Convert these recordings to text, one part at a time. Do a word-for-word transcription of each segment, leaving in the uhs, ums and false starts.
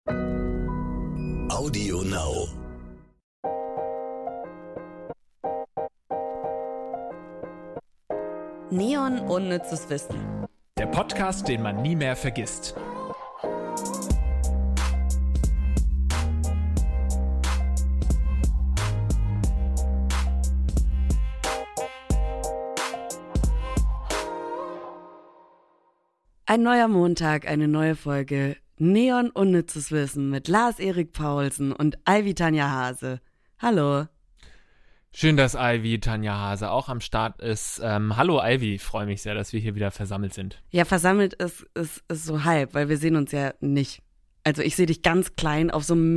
Audio Now. Neon unnützes Wissen. Der Podcast, den man nie mehr vergisst. Ein neuer Montag, eine neue Folge Neon unnützes Wissen mit Lars-Erik Paulsen und Ivy Tanja Hase. Hallo. Schön, dass Ivy Tanja Hase auch am Start ist. Ähm, hallo Ivy, ich freue mich sehr, dass wir hier wieder versammelt sind. Ja, versammelt ist, ist, ist so halb, weil wir sehen uns ja nicht. Also ich sehe dich ganz klein auf so einem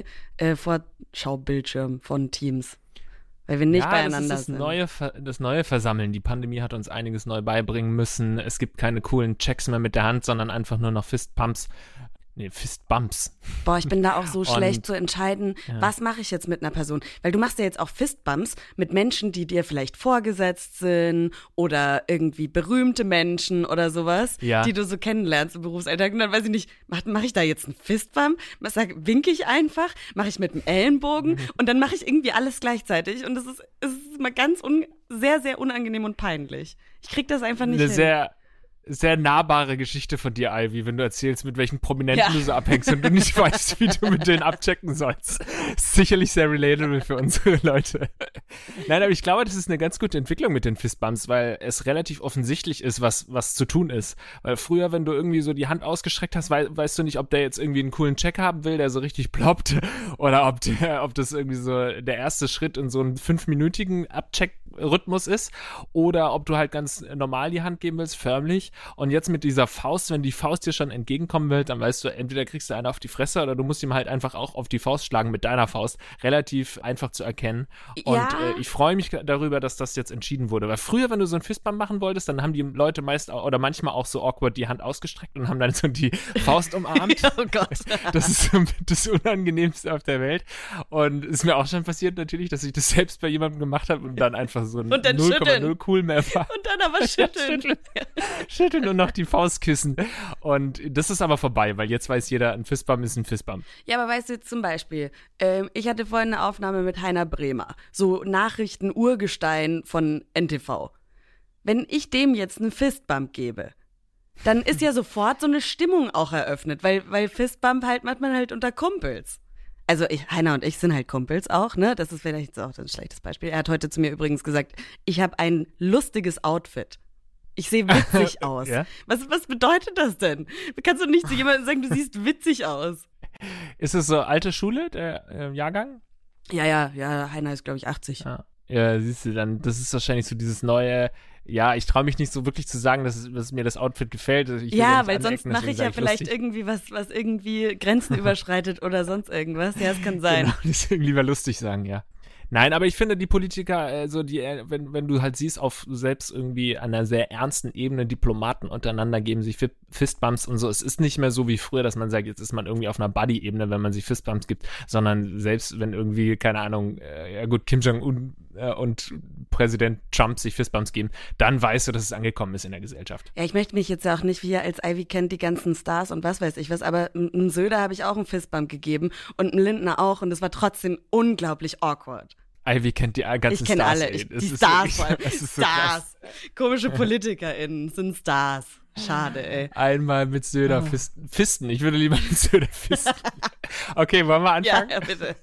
Mini-Vorschaubildschirm von Teams. Weil wir nicht ja, beieinander das ist das sind. Neue, das neue Versammeln. Die Pandemie hat uns einiges neu beibringen müssen. Es gibt keine coolen Checks mehr mit der Hand, sondern einfach nur noch Fistpumps. Nee, Fistbumps. Boah, ich bin da auch so Und, schlecht zu entscheiden, ja. was mache ich jetzt mit einer Person? Weil du machst ja jetzt auch Fistbumps mit Menschen, die dir vielleicht vorgesetzt sind oder irgendwie berühmte Menschen oder sowas, Ja. die du so kennenlernst im Berufsalltag. Und dann weiß ich nicht, mache mach ich da jetzt einen Fistbump? Sag, winke ich einfach? Mache ich mit dem Ellenbogen? Mhm. Und dann mache ich irgendwie alles gleichzeitig. Und das ist, es ist mal ganz un, sehr, sehr unangenehm und peinlich. Ich krieg das einfach nicht Eine hin. sehr, sehr nahbare Geschichte von dir, Ivy, wenn du erzählst, mit welchen Prominenten Ja. du so abhängst und du nicht weißt, wie du mit denen abchecken sollst. Ist sicherlich sehr relatable für unsere Leute. Nein, aber ich glaube, das ist eine ganz gute Entwicklung mit den Fistbumps, weil es relativ offensichtlich ist, was, was zu tun ist. Weil früher, wenn du irgendwie so die Hand ausgestreckt hast, wei- weißt du nicht, ob der jetzt irgendwie einen coolen Check haben will, der so richtig ploppt, oder ob, der, ob das irgendwie so der erste Schritt in so einen fünfminütigen Abcheck-Rhythmus ist, oder ob du halt ganz normal die Hand geben willst, förmlich. Und jetzt mit dieser Faust, wenn die Faust dir schon entgegenkommen will, dann weißt du, entweder kriegst du einen auf die Fresse oder du musst ihm halt einfach auch auf die Faust schlagen mit deiner Faust. Relativ einfach zu erkennen. Und Ja. äh, ich freue mich darüber, dass das jetzt entschieden wurde. Weil früher, wenn du so einen Fistbump machen wolltest, dann haben die Leute meist au- oder manchmal auch so awkward die Hand ausgestreckt und haben dann so die Faust umarmt. Oh Gott. Das ist so das Unangenehmste auf der Welt. Und es ist mir auch schon passiert natürlich, dass ich das selbst bei jemandem gemacht habe und dann einfach so ein Und dann null Komma null schütteln. cool mehr war. Und dann aber schütteln. schütteln. Schütteln und noch die Faust küssen. Und das ist aber vorbei, weil jetzt weiß jeder, ein Fistbump ist ein Fistbump. Ja, aber weißt du, zum Beispiel, ähm, ich hatte vorhin eine Aufnahme mit Heiner Bremer, so Nachrichten-Urgestein von N T V. Wenn ich dem jetzt einen Fistbump gebe, dann ist ja sofort so eine Stimmung auch eröffnet, weil, weil Fistbump halt macht man halt unter Kumpels. Also ich, Heiner und ich sind halt Kumpels auch, ne? Das ist vielleicht auch ein schlechtes Beispiel. Er hat heute zu mir übrigens gesagt, ich habe ein lustiges Outfit. Ich sehe witzig aus. Ja? Was, was bedeutet das denn? Kannst du nicht zu jemandem sagen, du siehst witzig aus? Ist es so alte Schule, der äh, Jahrgang? Ja, ja, ja, Heiner ist, glaube ich, achtzig. Ja. Ja, siehst du, dann, das ist wahrscheinlich so dieses neue, ja, ich traue mich nicht so wirklich zu sagen, dass, es- dass mir das Outfit gefällt. Ich will Ja, nicht weil anecken, sonst mache deswegen ich ja sag vielleicht lustig. irgendwie was, was irgendwie Grenzen überschreitet oder sonst irgendwas. Ja, es kann sein. Genau, deswegen lieber lustig sagen, ja. Nein, aber ich finde, die Politiker, also die, äh, wenn, wenn du halt siehst, auf selbst irgendwie an einer sehr ernsten Ebene Diplomaten untereinander geben sich Fi- Fistbumps und so. Es ist nicht mehr so wie früher, dass man sagt, jetzt ist man irgendwie auf einer Buddy-Ebene, wenn man sich Fistbumps gibt, sondern selbst wenn irgendwie, keine Ahnung, äh, ja gut, Kim Jong-un äh, und Präsident Trump sich Fistbumps geben, dann weißt du, dass es angekommen ist in der Gesellschaft. Ja, ich möchte mich jetzt ja auch nicht, wie ihr als Ivy kennt, die ganzen Stars und was weiß ich was, aber einem Söder habe ich auch einen Fistbump gegeben und einem Lindner auch und es war trotzdem unglaublich awkward. Ivy kennt die ganzen Ich kenne Stars. alle, ey. ich, Das die ist Stars wirklich- vor allem. das ist so krass. Stars. Komische PolitikerInnen sind Stars. Schade, ey. Einmal mit Söder Oh. fisten. Fisten. Ich würde lieber mit Söder fisten. Okay, wollen wir Ja, anfangen? ja, bitte.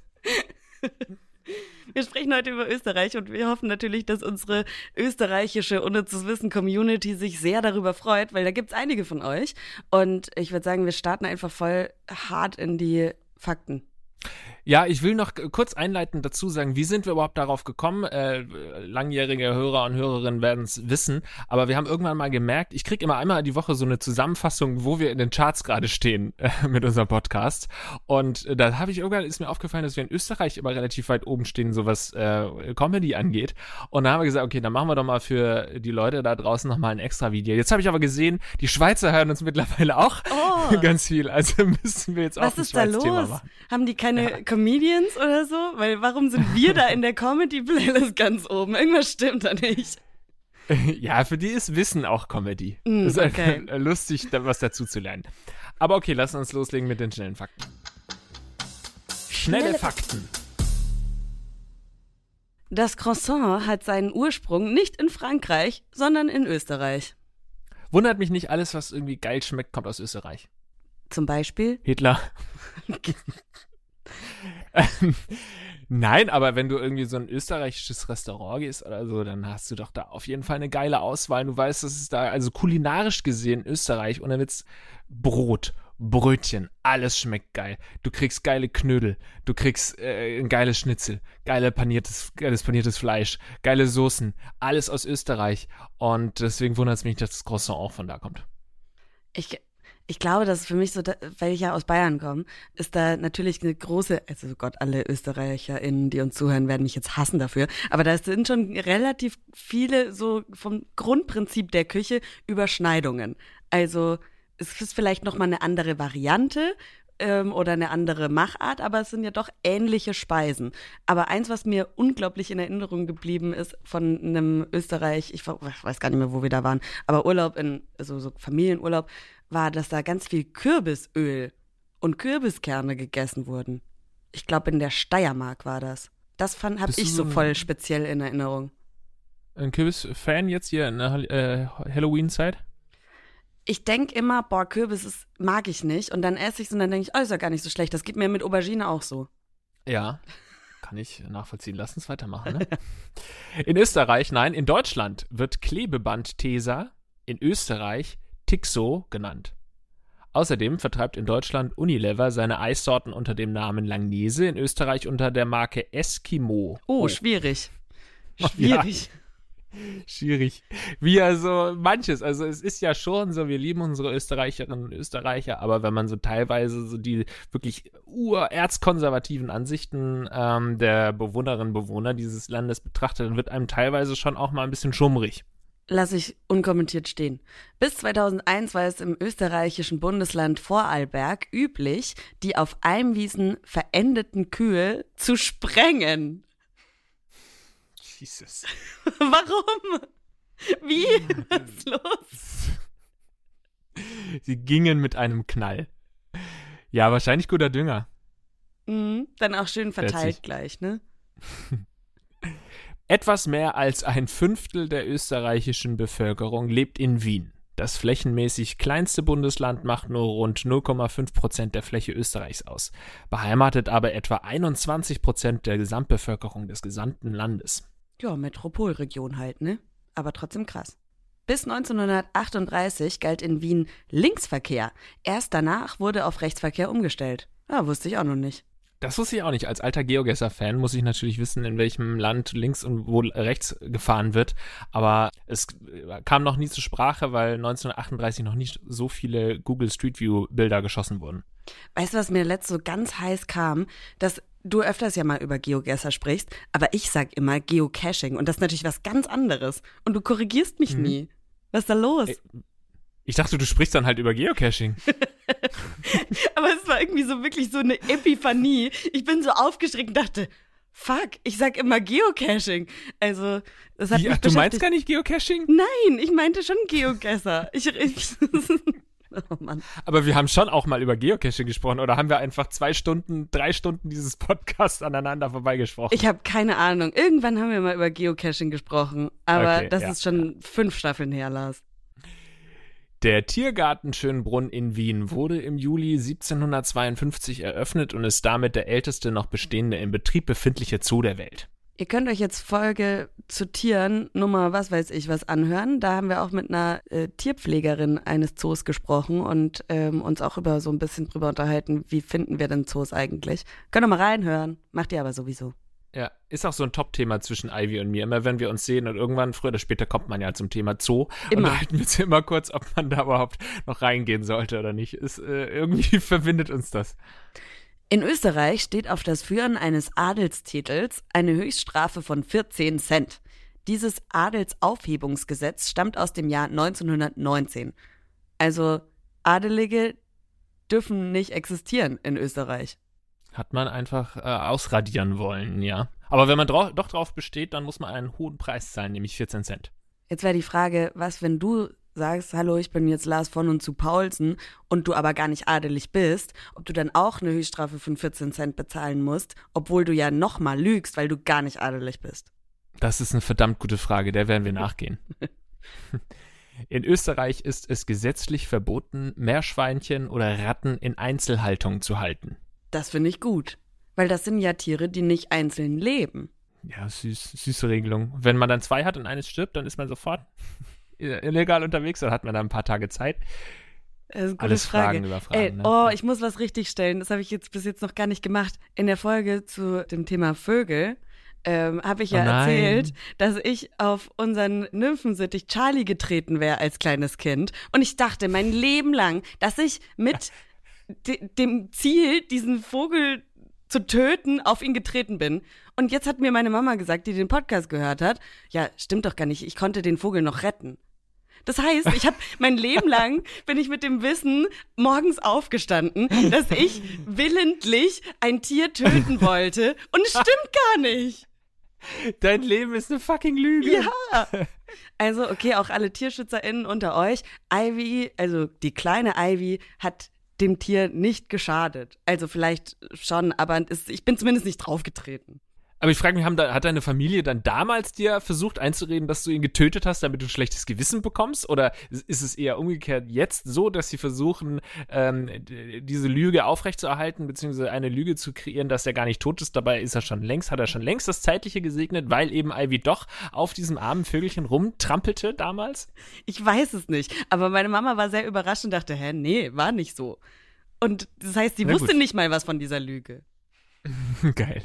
Wir sprechen heute über Österreich und wir hoffen natürlich, dass unsere österreichische Unnützes Wissen Community sich sehr darüber freut, weil da gibt's einige von euch. Und ich würde sagen, wir starten einfach voll hart in die Fakten. Ja, ich will noch k- kurz einleitend dazu sagen, wie sind wir überhaupt darauf gekommen? Äh, langjährige Hörer und Hörerinnen werden es wissen, aber wir haben irgendwann mal gemerkt, ich kriege immer einmal die Woche so eine Zusammenfassung, wo wir in den Charts gerade stehen äh, mit unserem Podcast. Und äh, da habe ich irgendwann, ist mir aufgefallen, dass wir in Österreich immer relativ weit oben stehen, so was äh, Comedy angeht. Und da haben wir gesagt, okay, dann machen wir doch mal für die Leute da draußen nochmal ein extra Video. Jetzt habe ich aber gesehen, die Schweizer hören uns mittlerweile auch Oh. ganz viel, also müssen wir jetzt auch Was ein ist da Schweiz-Thema los? machen. Haben die keine Comedians oder so? Weil warum sind wir da in der Comedy-Playlist ganz oben? Irgendwas stimmt da nicht. Ja, für die ist Wissen auch Comedy. Mm, das ist okay. einfach lustig, da was dazu zu lernen. Aber okay, lass uns loslegen mit den schnellen Fakten. Schnelle Fakten. Das Croissant hat seinen Ursprung nicht in Frankreich, sondern in Österreich. Wundert mich nicht, alles, was irgendwie geil schmeckt, kommt aus Österreich. Zum Beispiel? Hitler. ähm, nein, aber wenn du irgendwie so ein österreichisches Restaurant gehst oder so, dann hast du doch da auf jeden Fall eine geile Auswahl. Du weißt, dass es da, also kulinarisch gesehen, Österreich, und dann wird's Brot, Brötchen, alles schmeckt geil. Du kriegst geile Knödel, du kriegst äh, ein geiles Schnitzel, geile paniertes, geiles paniertes Fleisch, geile Soßen, alles aus Österreich. Und deswegen wundert es mich, dass das Croissant auch von da kommt. Ich, ich glaube, dass für mich so, da, weil ich ja aus Bayern komme, ist da natürlich eine große, also Gott, alle ÖsterreicherInnen, die uns zuhören, werden mich jetzt hassen dafür, aber da sind schon relativ viele so vom Grundprinzip der Küche Überschneidungen. Also es ist vielleicht nochmal eine andere Variante ähm, oder eine andere Machart, aber es sind ja doch ähnliche Speisen. Aber eins, was mir unglaublich in Erinnerung geblieben ist von einem Österreich, ich weiß gar nicht mehr, wo wir da waren, aber Urlaub, in also so Familienurlaub, war, dass da ganz viel Kürbisöl und Kürbiskerne gegessen wurden. Ich glaube, in der Steiermark war das. Das habe ich so voll speziell in Erinnerung. Ein Kürbis-Fan jetzt hier in der äh, Halloween-Zeit? Ich denke immer, boah, Kürbis ist, mag ich nicht. Und dann esse ich es und dann denke ich, oh, ist ja gar nicht so schlecht. Das geht mir mit Aubergine auch so. Ja, kann ich nachvollziehen. Lass uns weitermachen, ne? In Österreich, nein, in Deutschland wird Klebeband Tesa, in Österreich Tixo genannt. Außerdem vertreibt in Deutschland Unilever seine Eissorten unter dem Namen Langnese, in Österreich unter der Marke Eskimo. Oh, schwierig. Schwierig. Ja. Schwierig. Wie also manches. Also es ist ja schon so, wir lieben unsere Österreicherinnen und Österreicher, aber wenn man so teilweise so die wirklich urerzkonservativen Ansichten ähm, der Bewohnerinnen und Bewohner dieses Landes betrachtet, dann wird einem teilweise schon auch mal ein bisschen schummrig. Lass ich unkommentiert stehen. Bis zweitausendeins war es im österreichischen Bundesland Vorarlberg üblich, die auf Almwiesen verendeten Kühe zu sprengen. Jesus. Warum? Wie? Was ist los? Sie gingen mit einem Knall. Ja, wahrscheinlich guter Dünger. Mhm, dann auch schön verteilt gleich, ne? Etwas mehr als ein Fünftel der österreichischen Bevölkerung lebt in Wien. Das flächenmäßig kleinste Bundesland macht nur rund null Komma fünf Prozent der Fläche Österreichs aus, beheimatet aber etwa einundzwanzig Prozent der Gesamtbevölkerung des gesamten Landes. Ja, Metropolregion halt, ne? Aber trotzdem krass. Bis neunzehnhundertachtunddreißig galt in Wien Linksverkehr. Erst danach wurde auf Rechtsverkehr umgestellt. Ja, wusste ich auch noch nicht. Das wusste ich auch nicht. Als alter GeoGuessr-Fan muss ich natürlich wissen, in welchem Land links und wo rechts gefahren wird. Aber es kam noch nie zur Sprache, weil neunzehnhundertachtunddreißig noch nicht so viele Google Street View-Bilder geschossen wurden. Weißt du, was mir letztes so ganz heiß kam? Dass du öfters ja mal über GeoGuessr sprichst, aber ich sag immer Geocaching und das ist natürlich was ganz anderes. Und du korrigierst mich mhm. nie. Was ist da los? Ich dachte, du sprichst dann halt über Geocaching. Aber es war irgendwie so wirklich so eine Epiphanie. Ich bin so aufgeschreckt und dachte, fuck, ich sag immer Geocaching. Also, das hat Wie, mich ach, du meinst gar nicht Geocaching? Nein, ich meinte schon Geogesser. Ich, ich oh Mann. Aber wir haben schon auch mal über Geocaching gesprochen, oder haben wir einfach zwei Stunden, drei Stunden dieses Podcasts aneinander vorbeigesprochen? Ich habe keine Ahnung. Irgendwann haben wir mal über Geocaching gesprochen, aber okay, das ja, ist schon ja. fünf Staffeln her, Lars. Der Tiergarten Schönbrunn in Wien wurde im Juli siebzehnhundertzweiundfünfzig eröffnet und ist damit der älteste noch bestehende im Betrieb befindliche Zoo der Welt. Ihr könnt euch jetzt Folge zu Tieren, Nummer was weiß ich was, anhören. Da haben wir auch mit einer äh, Tierpflegerin eines Zoos gesprochen und ähm, uns auch über so ein bisschen drüber unterhalten, wie finden wir denn Zoos eigentlich. Könnt ihr mal reinhören, macht ihr aber sowieso. Ja, ist auch so ein Top-Thema zwischen Ivy und mir. Immer wenn wir uns sehen und irgendwann, früher oder später, kommt man ja zum Thema Zoo. Immer. Und da halten wir uns immer kurz, ob man da überhaupt noch reingehen sollte oder nicht. Ist, äh, irgendwie verbindet uns das. In Österreich steht auf das Führen eines Adelstitels eine Höchststrafe von vierzehn Cent. Dieses Adelsaufhebungsgesetz stammt aus dem Jahr neunzehnhundertneunzehn. Also Adelige dürfen nicht existieren in Österreich. Hat man einfach äh, ausradieren wollen, ja. Aber wenn man drau- doch drauf besteht, dann muss man einen hohen Preis zahlen, nämlich vierzehn Cent. Jetzt wäre die Frage, was, wenn du sagst, hallo, ich bin jetzt Lars von und zu Paulsen und du aber gar nicht adelig bist, ob du dann auch eine Höchststrafe von vierzehn Cent bezahlen musst, obwohl du ja nochmal lügst, weil du gar nicht adelig bist? Das ist eine verdammt gute Frage, der werden wir nachgehen. In Österreich ist es gesetzlich verboten, Meerschweinchen oder Ratten in Einzelhaltung zu halten. Das finde ich gut, weil das sind ja Tiere, die nicht einzeln leben. Ja, süß, süße Regelung. Wenn man dann zwei hat und eines stirbt, dann ist man sofort illegal unterwegs, dann hat man da ein paar Tage Zeit. Das ist eine gute Alles Frage. Fragen über Fragen. Ey, ne? oh, ich muss was richtig stellen. Das habe ich jetzt bis jetzt noch gar nicht gemacht. In der Folge zu dem Thema Vögel ähm, habe ich ja Oh nein. erzählt, dass ich auf unseren Nymphensittich Charlie getreten wäre als kleines Kind. Und ich dachte mein Leben lang, dass ich mit de- dem Ziel, diesen Vogel zu töten, auf ihn getreten bin. Und jetzt hat mir meine Mama gesagt, die den Podcast gehört hat, ja, stimmt doch gar nicht, ich konnte den Vogel noch retten. Das heißt, ich habe mein Leben lang bin ich mit dem Wissen morgens aufgestanden, dass ich willentlich ein Tier töten wollte und es stimmt gar nicht. Dein Leben ist eine fucking Lüge. Ja. Also, okay, auch alle TierschützerInnen unter euch, Ivy, also die kleine Ivy hat dem Tier nicht geschadet. Also vielleicht schon, aber es, ich bin zumindest nicht draufgetreten. Aber ich frage mich, haben da, hat deine Familie dann damals dir versucht einzureden, dass du ihn getötet hast, damit du ein schlechtes Gewissen bekommst? Oder ist es eher umgekehrt jetzt so, dass sie versuchen, ähm, diese Lüge aufrechtzuerhalten, beziehungsweise eine Lüge zu kreieren, dass er gar nicht tot ist? Dabei ist er schon längst, hat er schon längst das Zeitliche gesegnet, weil eben Ivy doch auf diesem armen Vögelchen rumtrampelte damals? Ich weiß es nicht, aber meine Mama war sehr überrascht und dachte, hä, nee, war nicht so. Und das heißt, sie Na wusste gut. nicht mal was von dieser Lüge. Geil.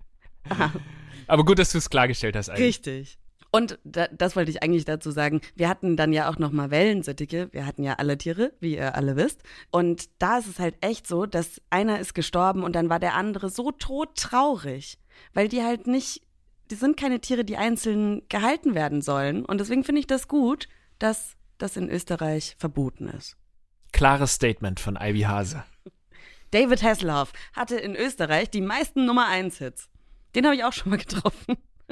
Aber gut, dass du es klargestellt hast eigentlich. Richtig. Und da, das wollte ich eigentlich dazu sagen. Wir hatten dann ja auch noch mal Wellensittiche. Wir hatten ja alle Tiere, wie ihr alle wisst. Und da ist es halt echt so, dass einer ist gestorben und dann war der andere so todtraurig, weil die halt nicht, die sind keine Tiere, die einzeln gehalten werden sollen. Und deswegen finde ich das gut, dass das in Österreich verboten ist. Klares Statement von Ivy Hase. David Hasselhoff hatte in Österreich die meisten Nummer eins Hits. Den habe ich auch schon mal getroffen.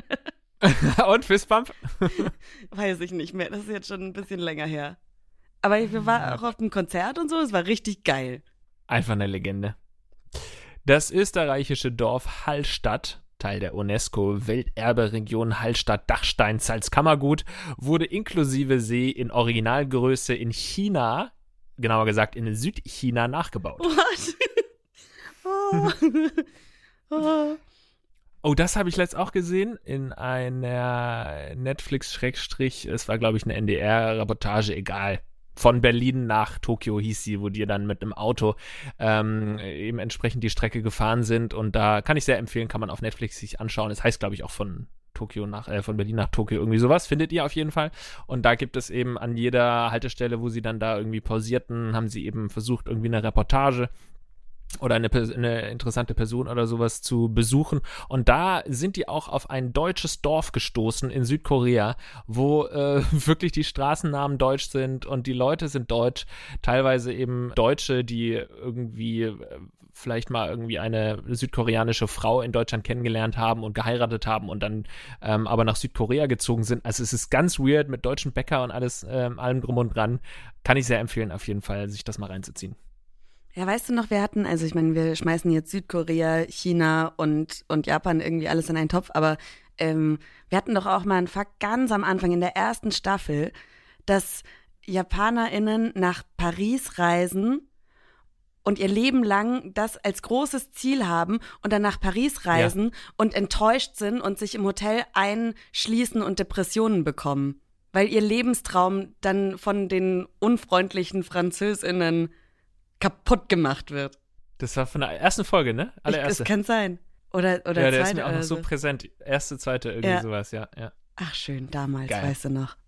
Und Fistbump? Weiß ich nicht mehr, das ist jetzt schon ein bisschen länger her. Aber wir waren auch auf einem Konzert und so, es war richtig geil. Einfach eine Legende. Das österreichische Dorf Hallstatt, Teil der UNESCO-Welterbe-Region Hallstatt-Dachstein-Salzkammergut, wurde inklusive See in Originalgröße in China, genauer gesagt in Südchina, nachgebaut. What? Oh. Oh. Oh, das habe ich letzt auch gesehen in einer Netflix-Schrägstrich, es war, glaube ich, eine N D R-Reportage, egal. Von Berlin nach Tokio hieß sie, wo die dann mit einem Auto ähm, eben entsprechend die Strecke gefahren sind. Und da kann ich sehr empfehlen, kann man auf Netflix sich anschauen. Es heißt, glaube ich, auch von Tokio nach, äh, von Berlin nach Tokio, irgendwie sowas, findet ihr auf jeden Fall. Und da gibt es eben an jeder Haltestelle, wo sie dann da irgendwie pausierten, haben sie eben versucht, irgendwie eine Reportage oder eine, eine interessante Person oder sowas zu besuchen. Und da sind die auch auf ein deutsches Dorf gestoßen in Südkorea, wo äh, wirklich die Straßennamen deutsch sind und die Leute sind deutsch. Teilweise eben Deutsche, die irgendwie äh, vielleicht mal irgendwie eine südkoreanische Frau in Deutschland kennengelernt haben und geheiratet haben und dann ähm, aber nach Südkorea gezogen sind. Also es ist ganz weird mit deutschen Bäcker und alles, ähm, allem drum und dran. Kann ich sehr empfehlen, auf jeden Fall, sich das mal reinzuziehen. Ja, weißt du noch, wir hatten, also ich meine, wir schmeißen jetzt Südkorea, China und, und Japan irgendwie alles in einen Topf, aber ähm, wir hatten doch auch mal einen Fakt ganz am Anfang in der ersten Staffel, dass JapanerInnen nach Paris reisen und ihr Leben lang das als großes Ziel haben und dann nach Paris reisen ja. und enttäuscht sind und sich im Hotel einschließen und Depressionen bekommen, weil ihr Lebenstraum dann von den unfreundlichen FranzösInnen kaputt gemacht wird. Das war von der ersten Folge, ne? Allererste. Das kann sein. Oder, oder ja, der zweite ist mir auch noch so so präsent. Erste, zweite, irgendwie ja. sowas, ja, ja. Ach schön, damals, Geil. Weißt du noch.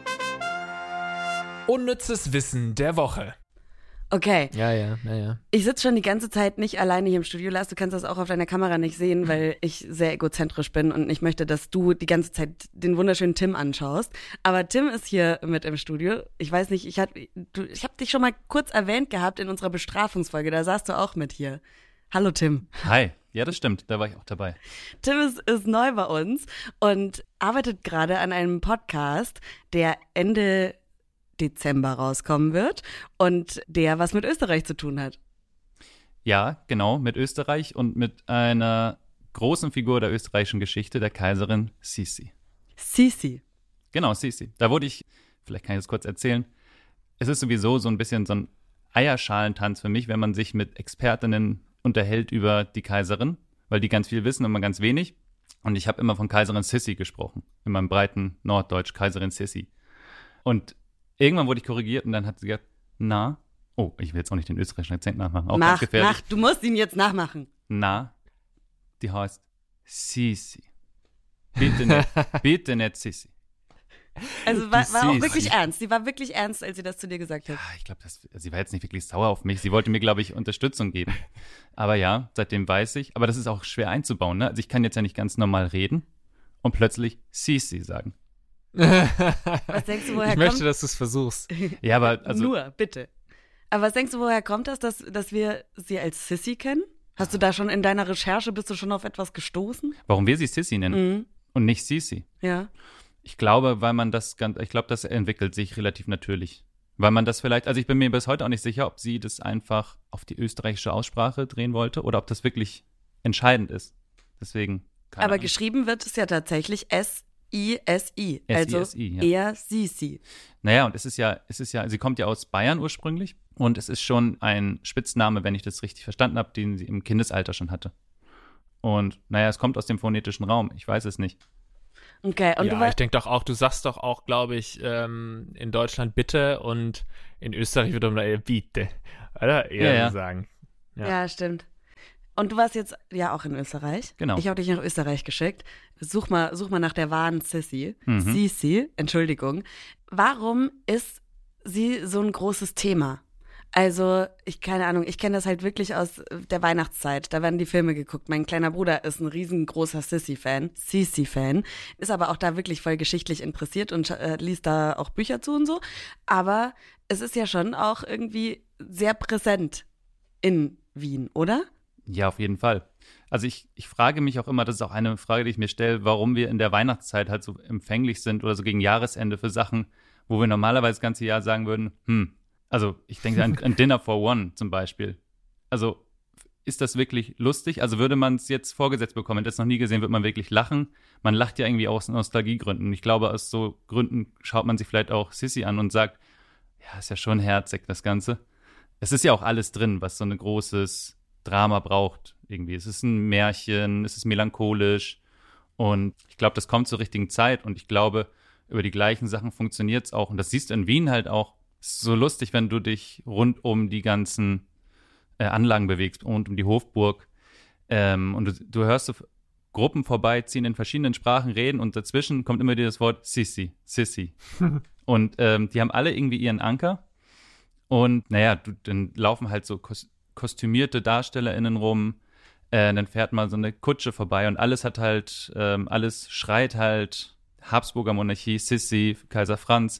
Unnützes Wissen der Woche. Okay. Ja, ja, ja, ja. Ich sitze schon die ganze Zeit nicht alleine hier im Studio, Lars. Du kannst das auch auf deiner Kamera nicht sehen, weil ich sehr egozentrisch bin und ich möchte, dass du die ganze Zeit den wunderschönen Tim anschaust. Aber Tim ist hier mit im Studio. Ich weiß nicht, ich habe ich hab dich schon mal kurz erwähnt gehabt in unserer Bestrafungsfolge. Da saßt du auch mit hier. Hallo Tim. Hi. Ja, das stimmt. Da war ich auch dabei. Tim ist, ist neu bei uns und arbeitet gerade an einem Podcast, der Ende Dezember rauskommen wird und der was mit Österreich zu tun hat. Ja, genau, mit Österreich und mit einer großen Figur der österreichischen Geschichte, der Kaiserin Sisi. Sisi. Genau, Sisi. Da wurde ich, vielleicht kann ich das kurz erzählen, es ist sowieso so ein bisschen so ein Eierschalentanz für mich, wenn man sich mit Expertinnen unterhält über die Kaiserin, weil die ganz viel wissen und man ganz wenig. Und ich habe immer von Kaiserin Sissi gesprochen, in meinem breiten Norddeutsch, Kaiserin Sissi. Und irgendwann wurde ich korrigiert und dann hat sie gesagt, na, oh, ich will jetzt auch nicht den österreichischen Akzent nachmachen, auch ganz Mach, gefährlich. mach, du musst ihn jetzt nachmachen. Na, die heißt Sisi. Bitte nicht, bitte nicht Sisi. Also war, war auch Sisi. wirklich ernst. Sie war wirklich ernst, als sie das zu dir gesagt hat. Ja, ich glaube, sie war jetzt nicht wirklich sauer auf mich. Sie wollte mir, glaube ich, Unterstützung geben. Aber ja, seitdem weiß ich. Aber das ist auch schwer einzubauen, ne? Also ich kann jetzt ja nicht ganz normal reden und plötzlich Sisi sagen. Was denkst du, woher ich kommt? möchte, dass du es versuchst. Ja, aber also Nur, bitte. Aber was denkst du, woher kommt das, dass, dass wir sie als Sissy kennen? Hast du da schon in deiner Recherche, bist du schon auf etwas gestoßen? warum wir sie Sisi nennen Mhm. und nicht Sisi? Ja. Ich glaube, weil man das ganz, ich glaube, das entwickelt sich relativ natürlich. Weil man das vielleicht, also ich bin mir bis heute auch nicht sicher, ob sie das einfach auf die österreichische Aussprache drehen wollte oder ob das wirklich entscheidend ist. Deswegen, keine Aber Ahnung. geschrieben wird es ja tatsächlich S I S I. Also S I S I, ja. eher Sisi. Naja, und es ist ja, es ist ja, sie kommt ja aus Bayern ursprünglich und es ist schon ein Spitzname, wenn ich das richtig verstanden habe, den sie im Kindesalter schon hatte. Und naja, es kommt aus dem phonetischen Raum, ich weiß es nicht. Okay, und du Ja, war, ich denke doch auch, du sagst doch auch, glaube ich, ähm, in Deutschland bitte und in Österreich würde man eher bitte, oder? Eher Ja, ja. so sagen. ja. Ja. stimmt. Und du warst jetzt ja auch in Österreich. Genau. Ich habe dich nach Österreich geschickt. Such mal, such mal nach der wahren Sissy. Mhm. Sisi, Entschuldigung. Warum ist sie so ein großes Thema? Also, ich keine Ahnung, ich kenne das halt wirklich aus der Weihnachtszeit. Da werden die Filme geguckt. Mein kleiner Bruder ist ein riesengroßer Sissy-Fan, Sisi-Fan, ist aber auch da wirklich voll geschichtlich interessiert und äh, liest da auch Bücher zu und so. Aber es ist ja schon auch irgendwie sehr präsent in Wien, oder? Ja, auf jeden Fall. Also ich, ich frage mich auch immer, das ist auch eine Frage, die ich mir stelle, warum wir in der Weihnachtszeit halt so empfänglich sind oder so gegen Jahresende für Sachen, wo wir normalerweise das ganze Jahr sagen würden, hm, also ich denke an, an Dinner for One zum Beispiel. Also ist das wirklich lustig? Also würde man es jetzt vorgesetzt bekommen, hätte es noch nie gesehen, wird man wirklich lachen? Man lacht ja irgendwie aus Nostalgiegründen. Ich glaube, aus so Gründen schaut man sich vielleicht auch Sissi an und sagt, ja, ist ja schon herzig, das Ganze. Es ist ja auch alles drin, was so ein großes Drama braucht irgendwie. Es ist ein Märchen, es ist melancholisch und ich glaube, das kommt zur richtigen Zeit und ich glaube, über die gleichen Sachen funktioniert es auch und das siehst du in Wien halt auch. Es ist so lustig, wenn du dich rund um die ganzen äh, Anlagen bewegst, rund um die Hofburg ähm, und du, du hörst so Gruppen vorbeiziehen, in verschiedenen Sprachen reden und dazwischen kommt immer wieder das Wort Sissi, Sissi. Und ähm, die haben alle irgendwie ihren Anker und naja, du, dann laufen halt so kos- kostümierte DarstellerInnen rum, äh, dann fährt mal so eine Kutsche vorbei und alles hat halt, ähm, alles schreit halt Habsburger Monarchie, Sissi, Kaiser Franz.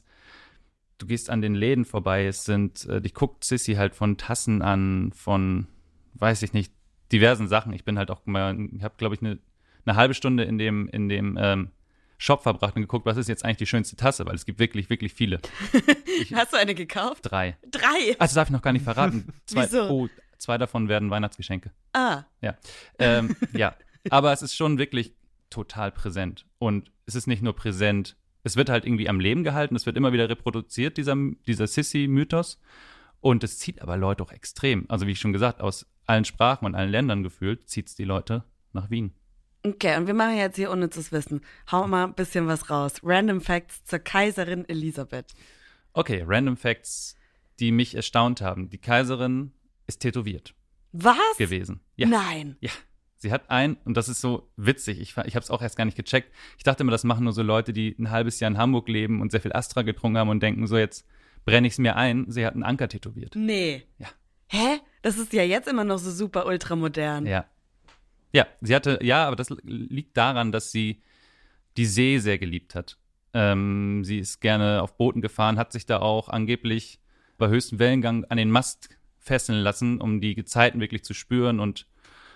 Du gehst an den Läden vorbei, es sind, äh, dich guckt Sissi halt von Tassen an, von, weiß ich nicht, diversen Sachen. Ich bin halt auch mal, ich habe, glaube ich, eine eine halbe Stunde in dem, in dem ähm, Shop verbracht und geguckt, was ist jetzt eigentlich die schönste Tasse, weil es gibt wirklich, wirklich viele. Ich, Hast du eine gekauft? drei. Drei. Also darf ich noch gar nicht verraten. Zwei, Wieso? Oh, zwei davon werden Weihnachtsgeschenke. Ah, Ja. Ähm, ja. Aber es ist schon wirklich total präsent. Und es ist nicht nur präsent, es wird halt irgendwie am Leben gehalten, es wird immer wieder reproduziert, dieser, dieser Sissi-Mythos. Und es zieht aber Leute auch extrem. Also wie ich schon gesagt, aus allen Sprachen und allen Ländern gefühlt, zieht es die Leute nach Wien. okay. Und wir machen jetzt hier unnützes Wissen. Hau mal ein bisschen was raus. Random Facts zur Kaiserin Elisabeth. Okay, Random Facts, die mich erstaunt haben. Die Kaiserin ist tätowiert Was? gewesen. Ja. Nein. Ja, sie hat ein, und das ist so witzig, ich, ich habe es auch erst gar nicht gecheckt. Ich dachte immer, das machen nur so Leute, die ein halbes Jahr in Hamburg leben und sehr viel Astra getrunken haben und denken, so jetzt brenne ich es mir ein. Sie hat einen Anker tätowiert. Nee. Ja. Hä? Das ist ja jetzt immer noch so super ultramodern. Ja. Ja, sie hatte, ja, aber das liegt daran, dass sie die See sehr geliebt hat. Ähm, sie ist gerne auf Booten gefahren, hat sich da auch angeblich bei höchstem Wellengang an den Mast fesseln lassen, um die Gezeiten wirklich zu spüren. Und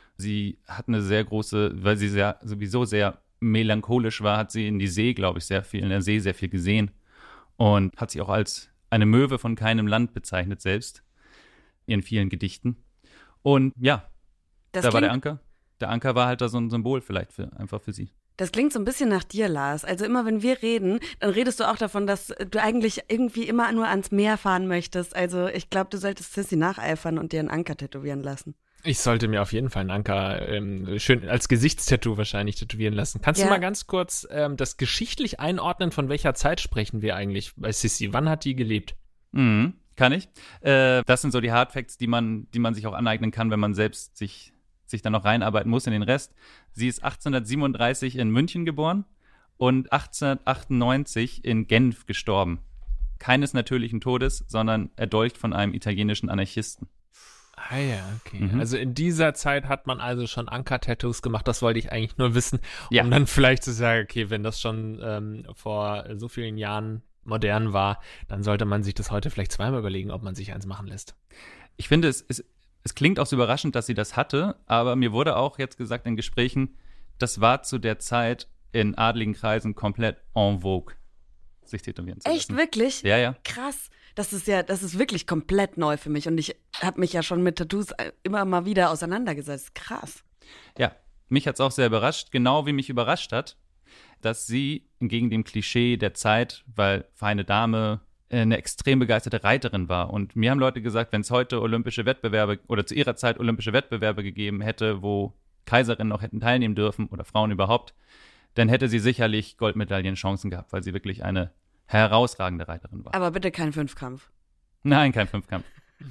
sie hat eine sehr große, weil sie sehr, sowieso sehr melancholisch war, hat sie in die See, glaube ich, sehr viel, in der See sehr viel gesehen. Und hat sich auch als eine Möwe von keinem Land bezeichnet selbst, in vielen Gedichten. Und ja, Das da war der klingt, Anker. Der Anker war halt da so ein Symbol vielleicht für, einfach für sie. das klingt so ein bisschen nach dir, Lars. Also immer, wenn wir reden, dann redest du auch davon, dass du eigentlich irgendwie immer nur ans Meer fahren möchtest. Also ich glaube, du solltest Sissy nacheifern und dir einen Anker tätowieren lassen. Ich sollte mir auf jeden Fall einen Anker ähm, schön als Gesichtstattoo wahrscheinlich tätowieren lassen. Kannst Ja. du mal ganz kurz ähm, das geschichtlich einordnen, von welcher Zeit sprechen wir eigentlich bei Sissy? Wann hat die gelebt? Mhm, kann ich. Äh, das sind so die Hardfacts, die man, die man sich auch aneignen kann, wenn man selbst sich, sich dann noch reinarbeiten muss in den Rest. Sie ist achtzehnhundertsiebenunddreißig in München geboren und achtzehnhundertachtundneunzig in Genf gestorben. Keines natürlichen Todes, sondern erdolcht von einem italienischen Anarchisten. Ah ja, okay. Mhm. Also in dieser Zeit hat man also schon Anker-Tattoos gemacht, das wollte ich eigentlich nur wissen. Ja. Um dann vielleicht zu sagen, okay, wenn das schon ähm, vor so vielen Jahren modern war, dann sollte man sich das heute vielleicht zweimal überlegen, ob man sich eins machen lässt. Ich finde, es, es, es klingt auch so überraschend, dass sie das hatte, aber mir wurde auch jetzt gesagt in Gesprächen, das war zu der Zeit in adligen Kreisen komplett en vogue, sich tätowieren zu Echt, lassen. wirklich? Ja, ja. Krass. Das ist ja, das ist wirklich komplett neu für mich. Und ich habe mich ja schon mit Tattoos immer mal wieder auseinandergesetzt. Krass. Ja, mich hat es auch sehr überrascht, genau wie mich überrascht hat, dass sie entgegen dem Klischee der Zeit, weil feine Dame, äh, eine extrem begeisterte Reiterin war. Und mir haben Leute gesagt, wenn es heute olympische Wettbewerbe oder zu ihrer Zeit olympische Wettbewerbe gegeben hätte, wo Kaiserinnen noch hätten teilnehmen dürfen oder Frauen überhaupt, dann hätte sie sicherlich Goldmedaillenchancen gehabt, weil sie wirklich eine herausragende Reiterin war. Aber bitte kein Fünfkampf. Nein, kein Fünfkampf.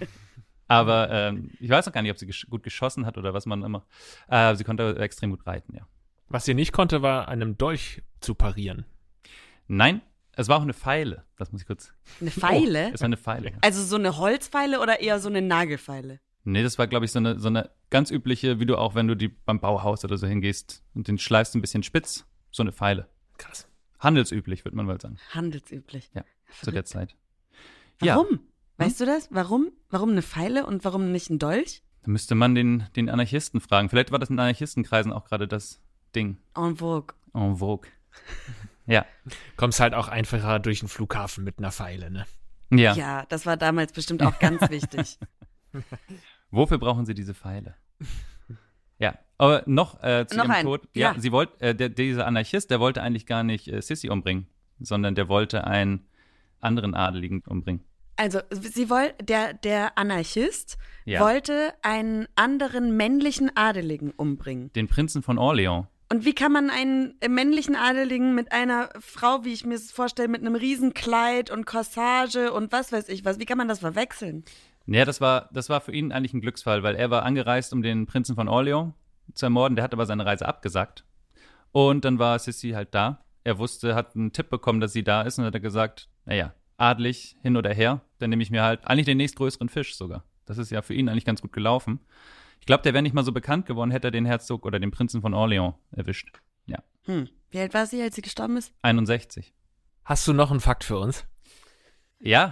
Aber ähm, ich weiß noch gar nicht, ob sie gesch- gut geschossen hat oder was man immer. Äh, sie konnte extrem gut reiten, ja. Was sie nicht konnte, war einem Dolch zu parieren. Nein, es war auch eine Feile. Das muss ich kurz. Eine Feile? Es war eine Feile. Ja. Also so eine Holzfeile oder eher so eine Nagelfeile? Nee, das war, glaube ich, so eine, so eine ganz übliche, wie du auch, wenn du die beim Bauhaus oder so hingehst und den schleifst ein bisschen spitz, so eine Feile. Krass. Handelsüblich, würde man wohl sagen, Handelsüblich. Ja, zu der Zeit. Warum? Weißt du das? Warum? Warum eine Feile und warum nicht ein Dolch? Da müsste man den, den Anarchisten fragen. Vielleicht war das in Anarchistenkreisen auch gerade das Ding. En vogue. En vogue. Ja. Kommst halt auch einfacher durch den Flughafen mit einer Feile, ne? Ja. Ja, das war damals bestimmt auch ganz wichtig. Wofür brauchen sie diese Pfeile? Ja, aber noch äh, zu Noch ihrem ein, Tod. Ja, ja. sie wollte, äh, der, dieser Anarchist, der wollte eigentlich gar nicht äh, Sissy umbringen, sondern der wollte einen anderen Adeligen umbringen. Also, sie woll, der, der Anarchist Ja. wollte einen anderen männlichen Adeligen umbringen. Den Prinzen von Orléans. Und wie kann man einen äh, männlichen Adeligen mit einer Frau, wie ich mir es vorstelle, mit einem Riesenkleid und Corsage und was weiß ich was, wie kann man das verwechseln? Ja, das war, das war für ihn eigentlich ein Glücksfall, weil er war angereist, um den Prinzen von Orléans zu ermorden. Der hat aber seine Reise abgesagt. Und dann war Sissy halt da. Er wusste, hat einen Tipp bekommen, dass sie da ist und hat er gesagt, naja, adlig hin oder her, dann nehme ich mir halt eigentlich den nächstgrößeren Fisch sogar. Das ist ja für ihn eigentlich ganz gut gelaufen. Ich glaube, der wäre nicht mal so bekannt geworden, hätte er den Herzog oder den Prinzen von Orléans erwischt. Ja, Hm. Wie alt war sie, als sie gestorben ist? einundsechzig. Hast du noch einen Fakt für uns? Ja,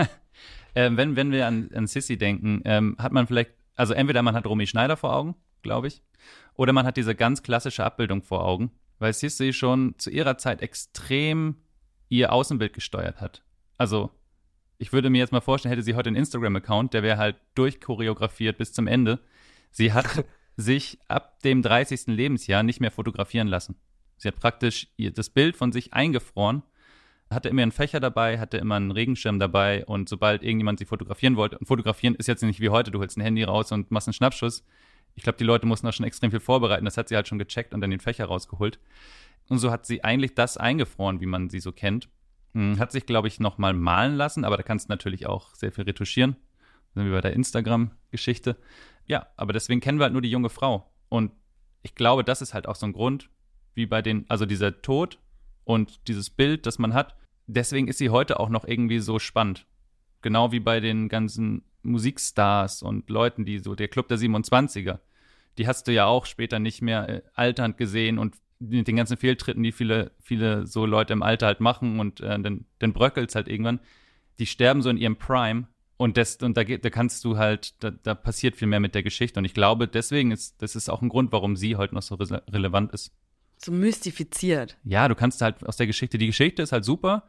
ähm, wenn, wenn wir an, an Sissy denken, ähm, hat man vielleicht, also entweder man hat Romy Schneider vor Augen, glaube ich, oder man hat diese ganz klassische Abbildung vor Augen, weil Sissy schon zu ihrer Zeit extrem ihr Außenbild gesteuert hat. Also, ich würde mir jetzt mal vorstellen, hätte sie heute einen Instagram-Account, der wäre halt durchchoreografiert bis zum Ende. Sie hat sich ab dem dreißigsten Lebensjahr nicht mehr fotografieren lassen. Sie hat praktisch ihr, das Bild von sich eingefroren, hatte immer einen Fächer dabei, hatte immer einen Regenschirm dabei und sobald irgendjemand sie fotografieren wollte, und fotografieren ist jetzt nicht wie heute, du holst ein Handy raus und machst einen Schnappschuss. Ich glaube, die Leute mussten auch schon extrem viel vorbereiten, das hat sie halt schon gecheckt und dann den Fächer rausgeholt. Und so hat sie eigentlich das eingefroren, wie man sie so kennt. Hat sich, glaube ich, noch mal malen lassen, aber da kannst du natürlich auch sehr viel retuschieren, wie bei der Instagram-Geschichte. Ja, aber deswegen kennen wir halt nur die junge Frau. Und ich glaube, das ist halt auch so ein Grund, wie bei den, also dieser Tod und dieses Bild, das man hat. Deswegen ist sie heute auch noch irgendwie so spannend. Genau wie bei den ganzen Musikstars und Leuten, die so, der Club der siebenundzwanziger, die hast du ja auch später nicht mehr äh, alternd gesehen und mit den ganzen Fehltritten, die viele, viele so Leute im Alter halt machen und äh, dann, dann bröckelt's halt irgendwann. Die sterben so in ihrem Prime und, das, und da, geht, da kannst du halt, da, da passiert viel mehr mit der Geschichte und ich glaube, deswegen ist, das ist auch ein Grund, warum sie heute noch so re- relevant ist. So mystifiziert. Ja, du kannst halt aus der Geschichte, die Geschichte ist halt super,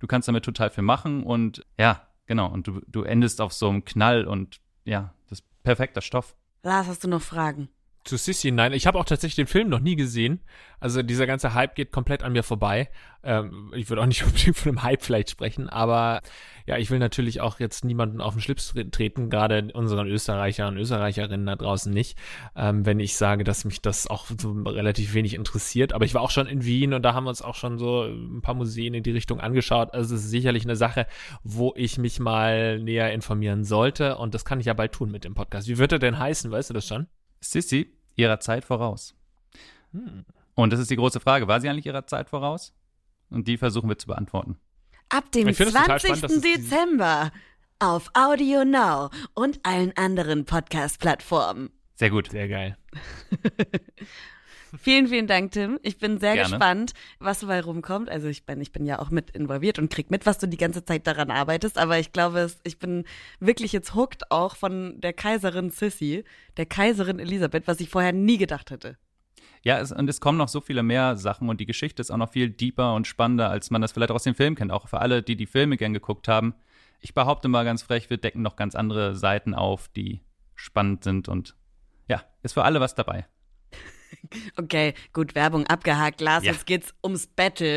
du kannst damit total viel machen und ja, genau, und du, du endest auf so einem Knall und ja, das ist perfekter Stoff. Lars, hast du noch Fragen? Zu Sissy, nein, ich habe auch tatsächlich den Film noch nie gesehen. Also dieser ganze Hype geht komplett an mir vorbei. Ähm, ich würde auch nicht unbedingt von einem Hype vielleicht sprechen, aber ja, ich will natürlich auch jetzt niemanden auf den Schlips treten, gerade unseren Österreicher und Österreicherinnen da draußen nicht, ähm, wenn ich sage, dass mich das auch so relativ wenig interessiert. Aber ich war auch schon in Wien und da haben wir uns auch schon so ein paar Museen in die Richtung angeschaut. Also es ist sicherlich eine Sache, wo ich mich mal näher informieren sollte und das kann ich ja bald tun mit dem Podcast. Wie wird er denn heißen, weißt du das schon? Sissy, ihrer Zeit voraus. Hm. Und das ist die große Frage, war sie eigentlich ihrer Zeit voraus? Und die versuchen wir zu beantworten. Ab dem zwanzigsten Dezember auf Audio Now und allen anderen Podcast-Plattformen. Sehr gut. Sehr geil. Vielen, vielen Dank, Tim. Ich bin sehr Gerne. gespannt, was dabei rumkommt. Also ich bin, ich bin ja auch mit involviert und krieg mit, was du die ganze Zeit daran arbeitest. Aber ich glaube, es, ich bin wirklich jetzt hooked auch von der Kaiserin Sissy, der Kaiserin Elisabeth, was ich vorher nie gedacht hätte. Ja, es, und es kommen noch so viele mehr Sachen und die Geschichte ist auch noch viel deeper und spannender, als man das vielleicht auch aus dem Film kennt. Auch für alle, die die Filme gern geguckt haben. Ich behaupte mal ganz frech, wir decken noch ganz andere Seiten auf, die spannend sind und ja, ist für alle was dabei. Okay, gut, Werbung abgehakt. Lars, Ja. Jetzt geht's ums Battle.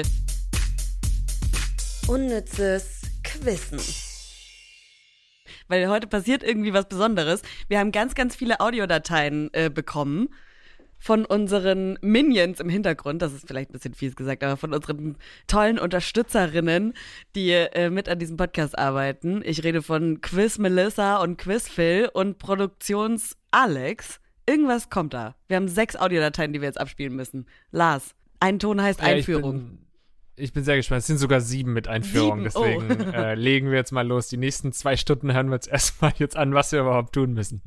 Unnützes Quizzen. Weil heute passiert irgendwie was Besonderes. Wir haben ganz, ganz viele Audiodateien äh, bekommen von unseren Minions im Hintergrund. Das ist vielleicht ein bisschen fies gesagt, aber von unseren tollen Unterstützerinnen, die äh, mit an diesem Podcast arbeiten. Ich rede von Quiz Melissa und Quiz Phil und Produktions Alex. Irgendwas kommt da. Wir haben sechs Audiodateien, die wir jetzt abspielen müssen. Lars, ein Ton heißt Ja, Einführung. Ich bin, ich bin sehr gespannt. Es sind sogar sieben mit Einführung. Sieben? Oh. Deswegen äh, legen wir jetzt mal los. Die nächsten zwei Stunden hören wir uns erstmal jetzt an, was wir überhaupt tun müssen.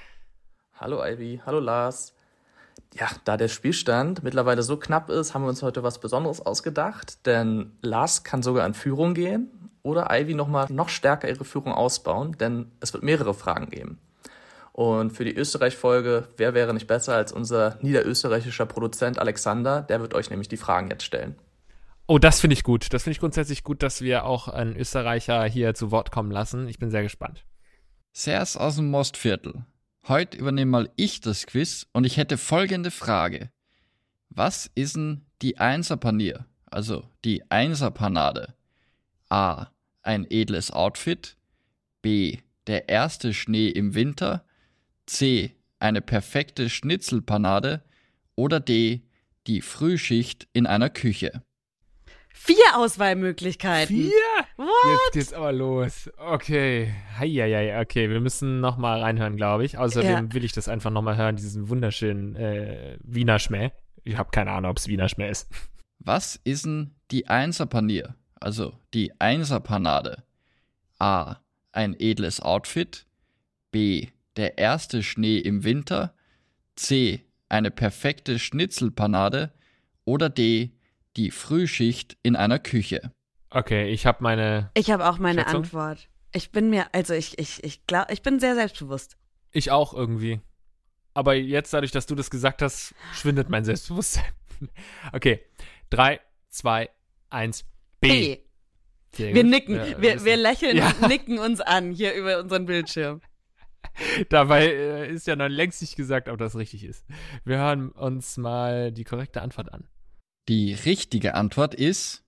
Hallo Ivy, hallo Lars. Ja, da der Spielstand mittlerweile so knapp ist, haben wir uns heute was Besonderes ausgedacht, denn Lars kann sogar in Führung gehen oder Ivy nochmal noch stärker ihre Führung ausbauen, denn es wird mehrere Fragen geben. Und für die Österreich-Folge, wer wäre nicht besser als unser niederösterreichischer Produzent Alexander, der wird euch nämlich die Fragen jetzt stellen. Oh, das finde ich gut. Das finde ich grundsätzlich gut, dass wir auch einen Österreicher hier zu Wort kommen lassen. Ich bin sehr gespannt. Servus aus dem Mostviertel. Heute übernehme mal ich das Quiz und ich hätte folgende Frage. Was ist denn die Einserpanier, also die Einserpanade? A. Ein edles Outfit. B. Der erste Schnee im Winter. C. Eine perfekte Schnitzelpanade. Oder D. Die Frühschicht in einer Küche. Vier Auswahlmöglichkeiten. Vier? What? Jetzt geht's aber los. Okay. Heieiei, okay. Wir müssen noch mal reinhören, glaube ich. Außerdem Ja. will ich das einfach noch mal hören, diesen wunderschönen äh, Wiener Schmäh. Ich habe keine Ahnung, ob es Wiener Schmäh ist. Was ist denn die Einserpanier, also die Einserpanade? A. Ein edles Outfit. B. Der erste Schnee im Winter. C. Eine perfekte Schnitzelpanade. Oder D. Die Frühschicht in einer Küche. Okay, ich habe meine... Ich habe auch meine Schätzung? Antwort. Ich bin mir, also ich, ich, ich glaube, ich bin sehr selbstbewusst. Ich auch irgendwie. Aber jetzt, dadurch, dass du das gesagt hast, schwindet mein Selbstbewusstsein. Okay. Drei, zwei, eins, B. B. Sehr Wir gut. nicken, Ja, wir, wissen. wir lächeln Ja. und nicken uns an hier über unseren Bildschirm. Dabei äh, ist ja noch längst nicht gesagt, ob das richtig ist. Wir hören uns mal die korrekte Antwort an. Die richtige Antwort ist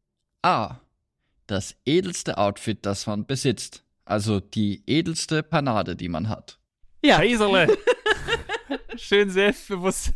A. Das edelste Outfit, das man besitzt. Also die edelste Panade, die man hat. Ja. Scheißerle. Schön selbstbewusst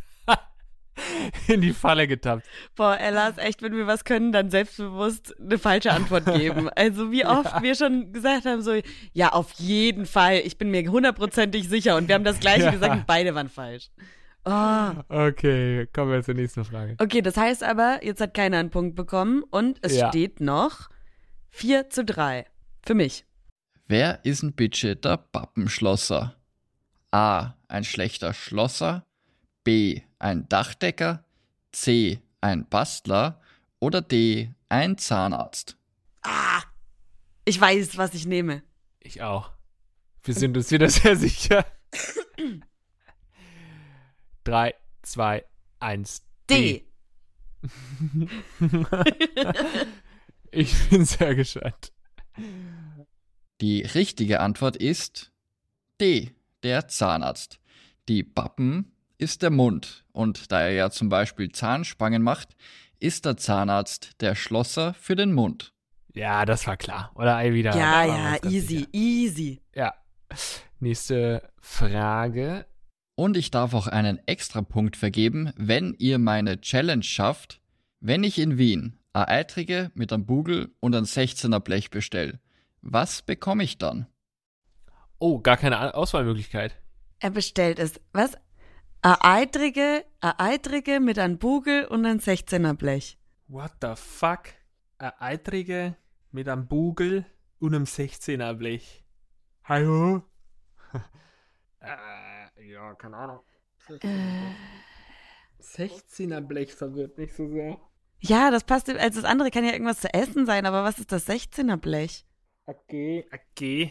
in die Falle getappt. Boah, Ellas, echt, wenn wir was können, dann selbstbewusst eine falsche Antwort geben. Also wie oft Ja. wir schon gesagt haben, so, ja, auf jeden Fall, ich bin mir hundertprozentig sicher. Und wir haben das Gleiche Ja. gesagt und beide waren falsch. Oh. Okay, kommen wir zur nächsten Frage. Okay, das heißt aber, jetzt hat keiner einen Punkt bekommen und es Ja. steht noch vier zu drei. Für mich. Wer ist ein Bitsche der Pappenschlosser? A. Ein schlechter Schlosser. B. Ein Dachdecker. C. Ein Bastler. Oder D. Ein Zahnarzt. Ah, ich weiß, was ich nehme. Ich auch. Wir sind uns wieder sehr sicher. Drei, zwei, eins, D. Ich bin sehr gespannt. Die richtige Antwort ist D, der Zahnarzt. Die Bappen ist der Mund und da er ja zum Beispiel Zahnspangen macht, ist der Zahnarzt der Schlosser für den Mund. Ja, das war klar. Oder Ivy da? Ja, waren wir ja, uns ganz easy, sicher. easy. Ja. Nächste Frage. Und ich darf auch einen Extrapunkt vergeben, wenn ihr meine Challenge schafft, wenn ich in Wien eine Eitrige mit einem Bugel und ein sechzehner Blech bestelle. Was bekomme ich dann? Oh, gar keine A- Auswahlmöglichkeit. Er bestellt es. Was? A eitrige, a eitrige mit einem Bugel und einem sechzehner Blech. What the fuck? Eine Eitrige mit einem Bugel und einem sechzehner Blech. Hallo? äh, ja, keine Ahnung. sechzehner Blech verwirrt mich so sehr. Ja, das passt. Also das andere kann ja irgendwas zu essen sein, aber was ist das sechzehner Blech? Okay. Okay.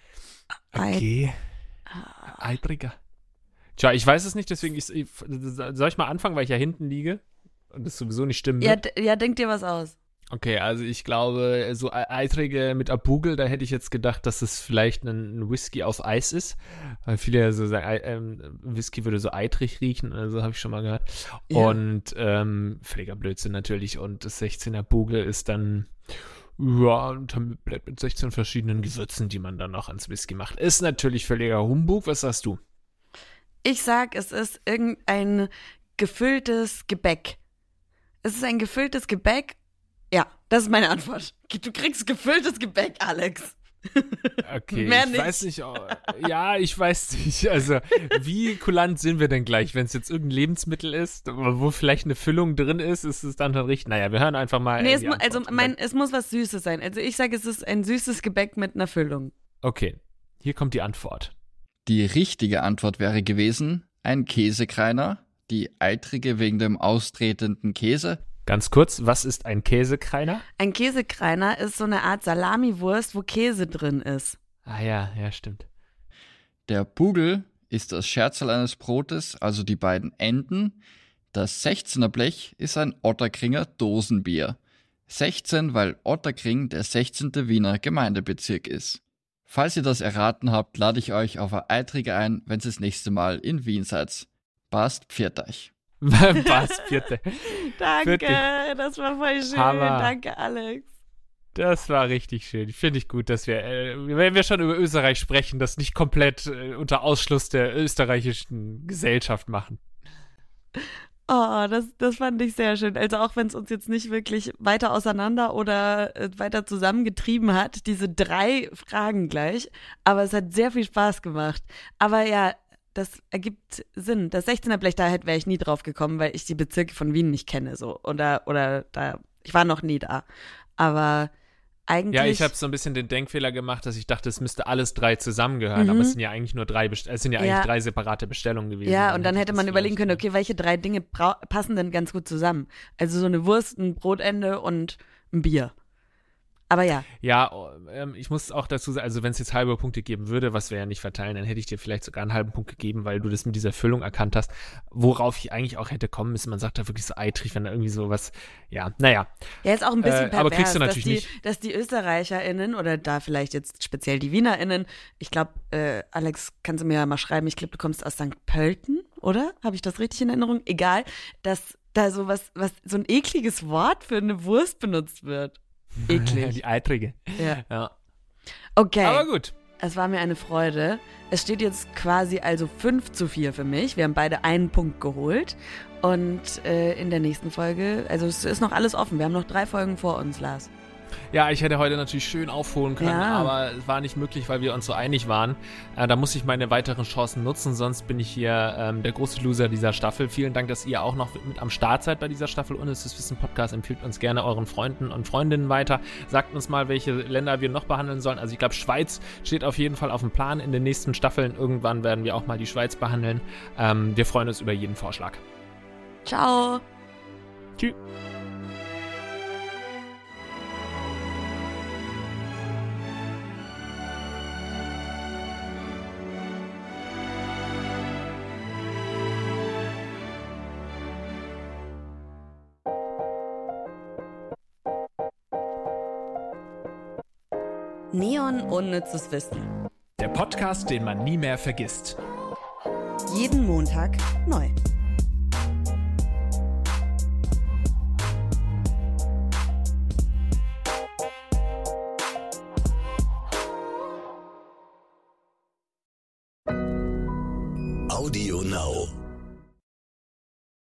Ei- Okay. Eitriger. Tja, ich weiß es nicht, deswegen ich, ich, soll ich mal anfangen, weil ich ja hinten liege und das sowieso nicht stimmen Ja, wird? d- ja, denk dir was aus. Okay, also ich glaube, so Ei- Eitrige mit Abugel, da hätte ich jetzt gedacht, dass es vielleicht ein, ein Whisky auf Eis ist, weil viele ja so sagen, Ei- ähm, Whisky würde so eitrig riechen, also habe ich schon mal gehört. Ja. Und ähm, völliger Blödsinn natürlich und das sechzehner Bugel ist dann ja, ein Tablett mit sechzehn verschiedenen Gewürzen, die man dann noch ans Whisky macht. Ist natürlich völliger Humbug, was sagst du? Ich sag, es ist irgendein gefülltes Gebäck. Es ist ein gefülltes Gebäck. Ja, das ist meine Antwort. Du kriegst gefülltes Gebäck, Alex. Okay, Mehr ich nicht. weiß nicht. oh, Ja, ich weiß nicht. Also, wie kulant sind wir denn gleich, wenn es jetzt irgendein Lebensmittel ist, wo vielleicht eine Füllung drin ist, ist es dann schon richtig? Naja, wir hören einfach mal. Nee, äh, es, die mu- Antwort also und mein, es muss was Süßes sein. Also ich sage, es ist ein süßes Gebäck mit einer Füllung. dann- Okay, hier kommt die Antwort. Die richtige Antwort wäre gewesen, ein Käsekreiner, die Eitrige wegen dem austretenden Käse. Ganz kurz, was ist ein Käsekreiner? Ein Käsekreiner ist so eine Art Salamiwurst, wo Käse drin ist. Ah ja, ja, stimmt. Der Bugel ist das Scherzel eines Brotes, also die beiden Enden. Das sechzehner Blech ist ein Otterkringer Dosenbier. sechzehn, weil Otterkring der sechzehnte Wiener Gemeindebezirk ist. Falls ihr das erraten habt, lade ich euch auf eine Eitrige ein, wenn ihr das nächste Mal in Wien seid. Passt, pfiat euch. Was, vierte? Danke, Wirklich. das war voll schön. Hammer. Danke, Alex. Das war richtig schön. Finde ich gut, dass wir, äh, wenn wir schon über Österreich sprechen, das nicht komplett äh, unter Ausschluss der österreichischen Gesellschaft machen. Oh, das, das fand ich sehr schön. Also auch wenn es uns jetzt nicht wirklich weiter auseinander oder äh, weiter zusammengetrieben hat, diese drei Fragen gleich. Aber es hat sehr viel Spaß gemacht. Aber ja, das ergibt Sinn. Das sechzehner Blech, da wäre ich nie drauf gekommen, weil ich die Bezirke von Wien nicht kenne. So. Oder, oder da, ich war noch nie da. Aber eigentlich. Ja, ich habe so ein bisschen den Denkfehler gemacht, dass ich dachte, es müsste alles drei zusammengehören, Mhm. aber es sind ja eigentlich nur drei, Best- es sind ja eigentlich Ja. drei separate Bestellungen gewesen. Ja, und dann hätte ich man das überlegen können, vielleicht- okay, welche drei Dinge brau- passen denn ganz gut zusammen? Also so eine Wurst, ein Brotende und ein Bier. Aber ja, Ja, oh, ähm, ich muss auch dazu sagen, also wenn es jetzt halbe Punkte geben würde, was wir ja nicht verteilen, dann hätte ich dir vielleicht sogar einen halben Punkt gegeben, weil du das mit dieser Füllung erkannt hast, worauf ich eigentlich auch hätte kommen müssen. Man sagt da wirklich so eitrig, wenn da irgendwie sowas, ja, naja. ja, ist auch ein bisschen Äh, pervers, aber kriegst du dass, natürlich die, nicht. dass die ÖsterreicherInnen oder da vielleicht jetzt speziell die WienerInnen, ich glaube, äh, Alex, kannst du mir ja mal schreiben, ich glaube, du kommst aus Sankt Pölten, oder? Habe ich das richtig in Erinnerung? Egal, dass da so was, was, so ein ekliges Wort für eine Wurst benutzt wird. Eklig. Die eitrige. Ja. Ja. Okay. Aber gut. Es war mir eine Freude. Es steht jetzt quasi also fünf zu vier für mich. Wir haben beide einen Punkt geholt. Und äh, in der nächsten Folge, also es ist noch alles offen. Wir haben noch drei Folgen vor uns, Lars. Ja, ich hätte heute natürlich schön aufholen können, Ja. aber es war nicht möglich, weil wir uns so einig waren. Äh, da muss ich meine weiteren Chancen nutzen, sonst bin ich hier ähm, der große Loser dieser Staffel. Vielen Dank, dass ihr auch noch mit am Start seid bei dieser Staffel. Und es ist Wissen Podcast. Empfiehlt uns gerne euren Freunden und Freundinnen weiter. Sagt uns mal, welche Länder wir noch behandeln sollen. Also ich glaube, Schweiz steht auf jeden Fall auf dem Plan. In den nächsten Staffeln irgendwann werden wir auch mal die Schweiz behandeln. Ähm, wir freuen uns über jeden Vorschlag. Ciao. Tschüss. Neon unnützes Wissen. Der Podcast, den man nie mehr vergisst. Jeden Montag neu. Audio Now.